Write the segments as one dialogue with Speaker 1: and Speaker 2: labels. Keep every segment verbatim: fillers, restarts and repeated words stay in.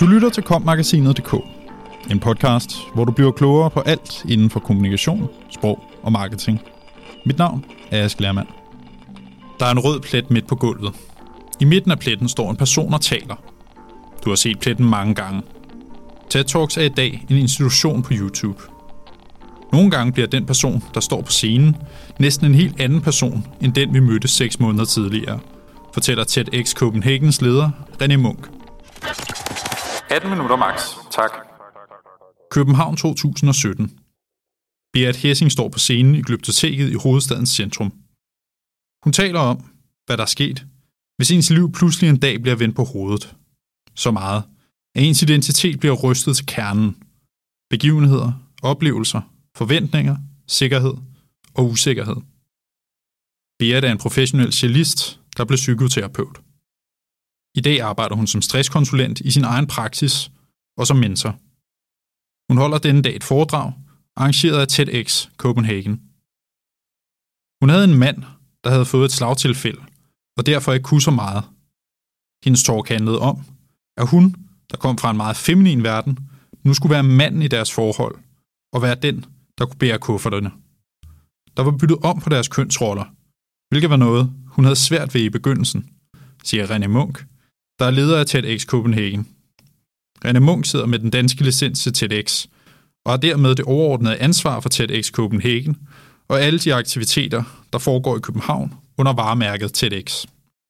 Speaker 1: Du lytter til Kom-magasinet punktum d k, en podcast, hvor du bliver klogere på alt inden for kommunikation, sprog og marketing. Mit navn er Ask Lermand. Der er en rød plet midt på gulvet. I midten af pletten står en person og taler. Du har set pletten mange gange. TED Talks er i dag en institution på YouTube. Nogle gange bliver den person, der står på scenen, næsten en helt anden person, end den vi mødte seks måneder tidligere, fortæller TEDx Copenhagens leder, René Munck.
Speaker 2: atten minutter max. Tak.
Speaker 1: København to tusind og sytten. Berit Hessing står på scenen i Glyptoteket i hovedstadens centrum. Hun taler om, hvad der er sket, hvis ens liv pludselig en dag bliver vendt på hovedet. Så meget, at ens identitet bliver rystet til kernen. Begivenheder, oplevelser, forventninger, sikkerhed og usikkerhed. Berit er en professionel cellist, der blev psykoterapeut. I dag arbejder hun som stresskonsulent i sin egen praksis og som mentor. Hun holder denne dag et foredrag, arrangeret af TEDx Copenhagen. Hun havde en mand, der havde fået et slagtilfælde, og derfor ikke kunne så meget. Hendes talk handlede om, at hun, der kom fra en meget feminin verden, nu skulle være manden i deres forhold, og være den, der kunne bære kufferterne. Der var byttet om på deres kønsroller, hvilket var noget, hun havde svært ved i begyndelsen, siger René Munck, der er leder af TEDx Copenhagen. René Munck sidder med den danske licens til TEDx, og har dermed det overordnede ansvar for TEDx Copenhagen og alle de aktiviteter, der foregår i København under varemærket TEDx.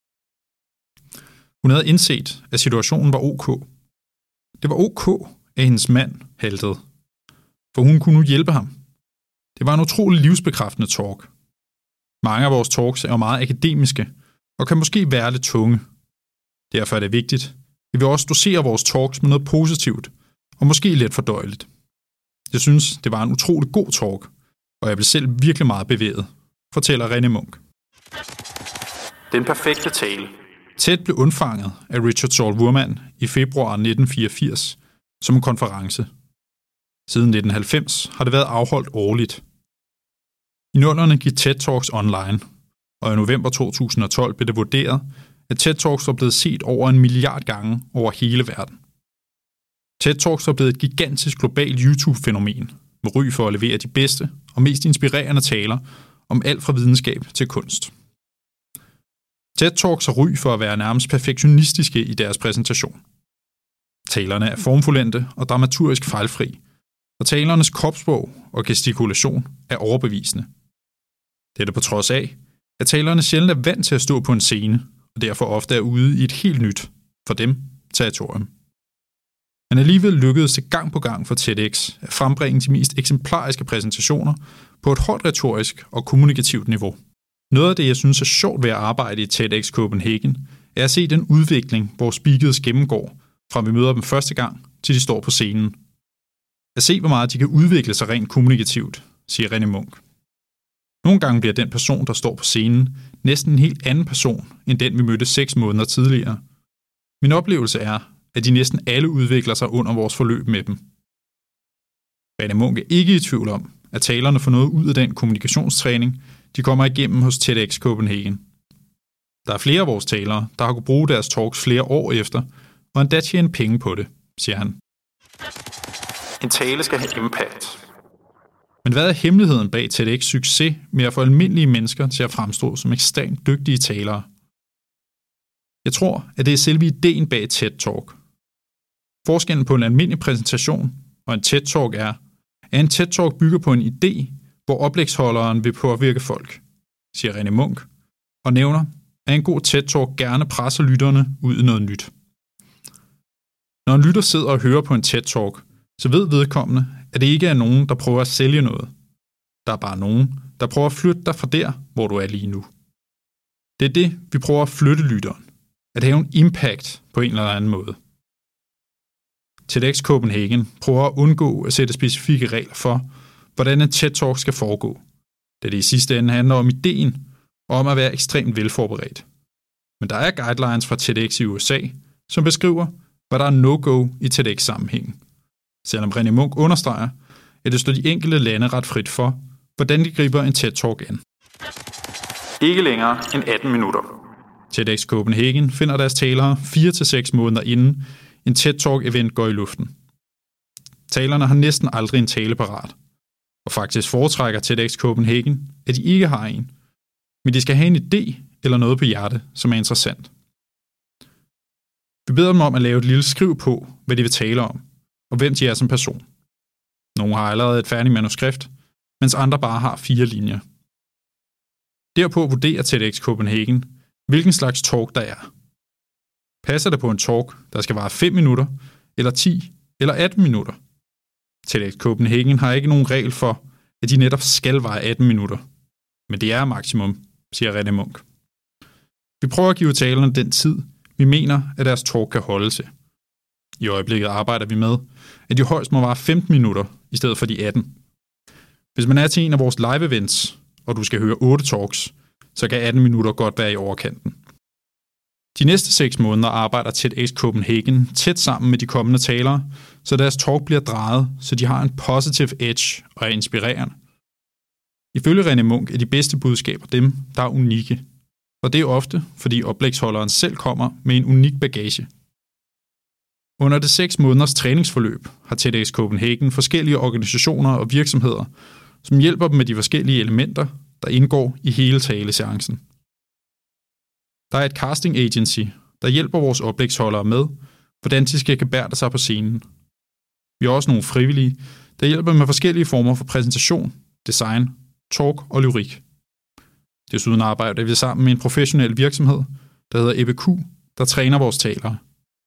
Speaker 1: Hun havde indset, at situationen var ok. Det var ok, at hendes mand haltede, for hun kunne nu hjælpe ham. Det var en utrolig livsbekræftende talk. Mange af vores talks er jo meget akademiske og kan måske være lidt tunge. Derfor er det vigtigt, at vi også doserer vores talks med noget positivt og måske lidt fordøjeligt. Jeg synes, det var en utrolig god talk, og jeg blev selv virkelig meget bevæget, fortæller René Munck.
Speaker 2: Den perfekte tale.
Speaker 1: TED blev undfanget af Richard Saul Wurman i februar nitten fireogfirs som en konference. Siden nitten halvfems har det været afholdt årligt. I nullerne gik TED Talks online, og i november to tusind og tolv blev det vurderet, at TED Talks var blevet set over en milliard gange over hele verden. TED Talks var blevet et gigantisk globalt YouTube-fænomen, med ry for at levere de bedste og mest inspirerende taler om alt fra videnskab til kunst. TED Talks har ry for at være nærmest perfektionistiske i deres præsentation. Talerne er formfuldendte og dramaturgisk fejlfri, og talernes kropssprog og gestikulation er overbevisende. Dette på trods af, at talerne sjældent er vant til at stå på en scene, og derfor ofte er ude i et helt nyt, for dem, territorium. Men alligevel lykkedes det gang på gang for TEDx at frembringe de mest eksemplariske præsentationer på et højt retorisk og kommunikativt niveau. Noget af det, jeg synes er sjovt ved at arbejde i TEDx Copenhagen, er at se den udvikling, hvor speakers gennemgår, fra vi møder dem første gang, til de står på scenen. At se, hvor meget de kan udvikle sig rent kommunikativt, siger René Munck. Nogle gange bliver den person, der står på scenen, næsten en helt anden person, end den vi mødte seks måneder tidligere. Min oplevelse er, at de næsten alle udvikler sig under vores forløb med dem. René Munck er ikke i tvivl om, at talerne får noget ud af den kommunikationstræning, de kommer igennem hos TEDx Copenhagen. Der er flere af vores talere, der har kunnet bruge deres talks flere år efter, og endda tjene penge på det, siger han.
Speaker 2: En tale skal have impact.
Speaker 1: Men hvad er hemmeligheden bag TEDx succes med at få almindelige mennesker til at fremstå som ekstremt dygtige talere? Jeg tror, at det er selve ideen bag TED Talk. Forskellen på en almindelig præsentation og en TED Talk er, at en TED Talk bygger på en idé, hvor oplægsholderen vil påvirke folk, siger René Munck, og nævner, at en god TED Talk gerne presser lytterne ud i noget nyt. Når en lytter sidder og hører på en TED Talk, så ved vedkommende, at det ikke er nogen, der prøver at sælge noget. Der er bare nogen, der prøver at flytte dig fra der, hvor du er lige nu. Det er det, vi prøver at flytte lytteren. At have en impact på en eller anden måde. TEDx Copenhagen prøver at undgå at sætte specifikke regler for, hvordan en TED Talk skal foregå, da det i sidste ende handler om ideen og om at være ekstremt velforberedt. Men der er guidelines fra TEDx i U S A, som beskriver, hvad der er no-go i TEDx-sammenhængen. Selvom René Munck understreger, at det står de enkelte lande ret frit for, hvordan de griber en TED Talk an.
Speaker 2: Ikke længere end atten minutter.
Speaker 1: TEDx Copenhagen finder deres talere fire til seks måneder inden en TED-talk-event går i luften. Talerne har næsten aldrig en tale parat, og faktisk foretrækker TEDx Copenhagen, at de ikke har en, men de skal have en idé eller noget på hjerte, som er interessant. Vi beder dem om at lave et lille skriv på, hvad de vil tale om, og hvem de er som person. Nogle har allerede et færdigt manuskript, mens andre bare har fire linjer. Derpå vurderer TEDx Copenhagen, hvilken slags talk der er. Passer det på en talk, der skal vare fem minutter, eller ti, eller atten minutter? TEDx Copenhagen har ikke nogen regel for, at de netop skal vare atten minutter. Men det er maksimum, siger René Munch. Vi prøver at give talerne den tid, vi mener, at deres talk kan holde til. I øjeblikket arbejder vi med, at de højst må vare femten minutter, i stedet for de atten. Hvis man er til en af vores live-events, og du skal høre otte talks, så kan atten minutter godt være i overkanten. De næste seks måneder arbejder TEDx Copenhagen tæt sammen med de kommende talere, så deres talk bliver drejet, så de har en positive edge og er inspirerende. Ifølge René Munch er de bedste budskaber dem, der er unikke, og det er ofte, fordi oplægsholderen selv kommer med en unik bagage. Under det seks måneders træningsforløb har TEDx Copenhagen forskellige organisationer og virksomheder, som hjælper dem med de forskellige elementer, der indgår i hele taleseancen. Der er et casting agency, der hjælper vores oplægsholdere med, hvordan de skal gebærde sig på scenen. Vi har også nogle frivillige, der hjælper med forskellige former for præsentation, design, talk og lyrik. Desuden arbejder vi sammen med en professionel virksomhed, der hedder E B Q, der træner vores talere.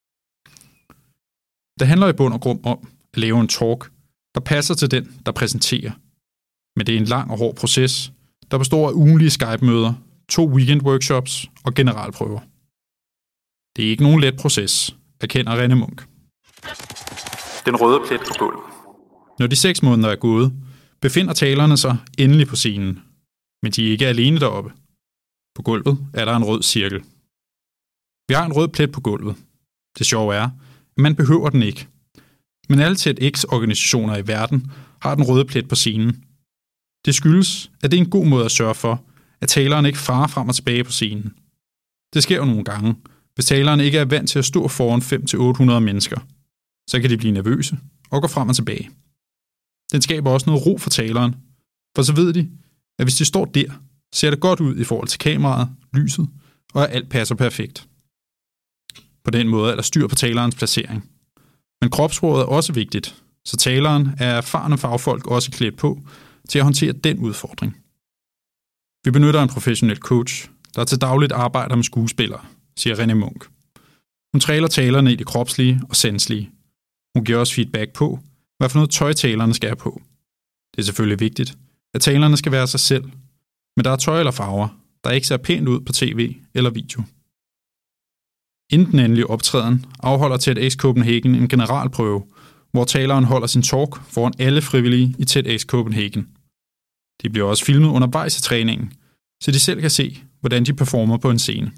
Speaker 1: Det handler i bund og grund om at lave en talk, der passer til den, der præsenterer. Men det er en lang og hård proces, der består af ugentlige Skype-møder, to weekend-workshops og generalprøver. Det er ikke nogen let proces, erkender René Munch.
Speaker 2: Den røde plet på gulvet.
Speaker 1: Når de seks måneder er gået, befinder talerne sig endelig på scenen, men de er ikke alene deroppe. På gulvet er der en rød cirkel. Vi har en rød plet på gulvet. Det sjove er, at man behøver den ikke. Men alle TEDx-organisationer i verden har den røde plet på scenen. Det skyldes, at det er en god måde at sørge for, at taleren ikke farer frem og tilbage på scenen. Det sker jo nogle gange, hvis taleren ikke er vant til at stå foran fem til otte hundrede mennesker. Så kan de blive nervøse og gå frem og tilbage. Den skaber også noget ro for taleren, for så ved de, at hvis de står der, ser det godt ud i forhold til kameraet, lyset, og at alt passer perfekt. På den måde er der styr på talerens placering. Men kropssproget er også vigtigt, så taleren er erfarne fagfolk også klædt på til at håndtere den udfordring. Vi benytter en professionel coach, der til dagligt arbejder med skuespillere, siger René Munch. Hun træler talerne i det kropslige og sanselige. Hun giver også feedback på, hvad for noget tøj talerne skal have på. Det er selvfølgelig vigtigt, at talerne skal være sig selv, men der er tøj eller farver, der ikke ser pænt ud på tv eller video. Inden den endelige optræden afholder TEDx Copenhagen en generalprøve, hvor taleren holder sin talk foran alle frivillige i TEDx Copenhagen. De bliver også filmet undervejs i træningen, så de selv kan se, hvordan de performer på en scene.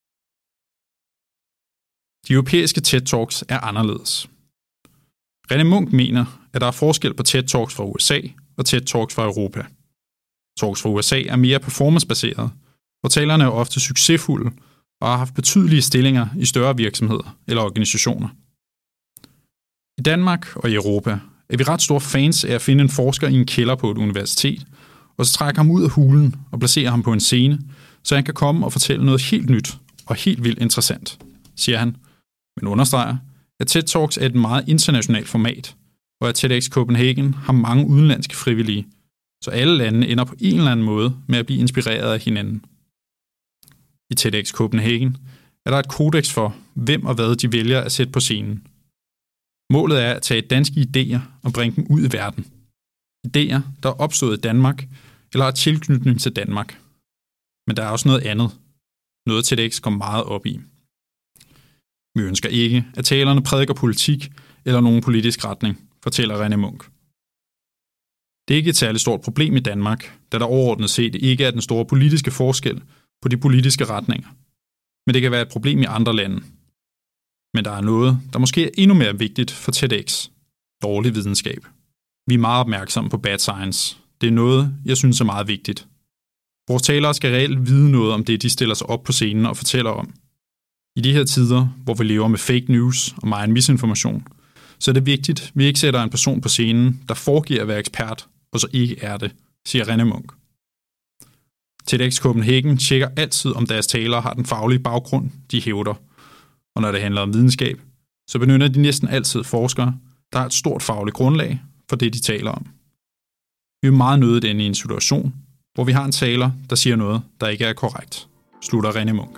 Speaker 1: De europæiske TED-talks er anderledes. René Munch mener, at der er forskel på TED-talks fra U S A og TED-talks fra Europa. Talks fra U S A er mere performancebaseret, hvor talerne er ofte succesfulde og har haft betydelige stillinger i større virksomheder eller organisationer. I Danmark og i Europa er vi ret store fans af at finde en forsker i en kælder på et universitet, og så trække ham ud af hulen og placere ham på en scene, så han kan komme og fortælle noget helt nyt og helt vildt interessant, siger han, men understreger, at TED Talks er et meget internationalt format, og at TEDx Copenhagen har mange udenlandske frivillige, så alle lande ender på en eller anden måde med at blive inspireret af hinanden. I TEDx Copenhagen er der et kodeks for, hvem og hvad de vælger at sætte på scenen. Målet er at tage danske idéer og bringe dem ud i verden. Idéer, der er opstået i Danmark, eller har tilknytning til Danmark. Men der er også noget andet. Noget TEDx går meget op i. Vi ønsker ikke, at talerne prædiker politik eller nogen politisk retning, fortæller René Munch. Det er ikke et særligt stort problem i Danmark, da der overordnet set ikke er den store politiske forskel på de politiske retninger. Men det kan være et problem i andre lande. Men der er noget, der måske er endnu mere vigtigt for TEDx. Dårlig videnskab. Vi er meget opmærksomme på bad science. Det er noget, jeg synes er meget vigtigt. Vores talere skal reelt vide noget om det, de stiller sig op på scenen og fortæller om. I de her tider, hvor vi lever med fake news og meget misinformation, så er det vigtigt, at vi ikke sætter en person på scenen, der foregiver at være ekspert, og så ikke er det, siger René Munch. TEDx Copenhagen tjekker altid, om deres talere har den faglige baggrund, de hævder. Og når det handler om videnskab, så benytter de næsten altid forskere, der har et stort fagligt grundlag for det, de taler om. Vi er meget nødigt inde i en situation, hvor vi har en taler, der siger noget, der ikke er korrekt, slutter René Munch.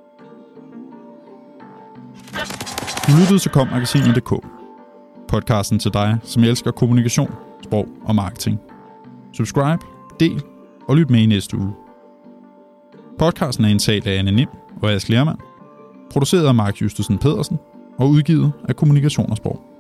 Speaker 1: Du lyttede til kom magasinet punktum d k. Podcasten til dig, som elsker kommunikation, sprog og marketing. Subscribe, del og lyt med i næste uge. Podcasten er indtalt af Anne Nim og Ask Lermand, produceret af Mark Justesen Pedersen og udgivet af Kommunikation og Sprog.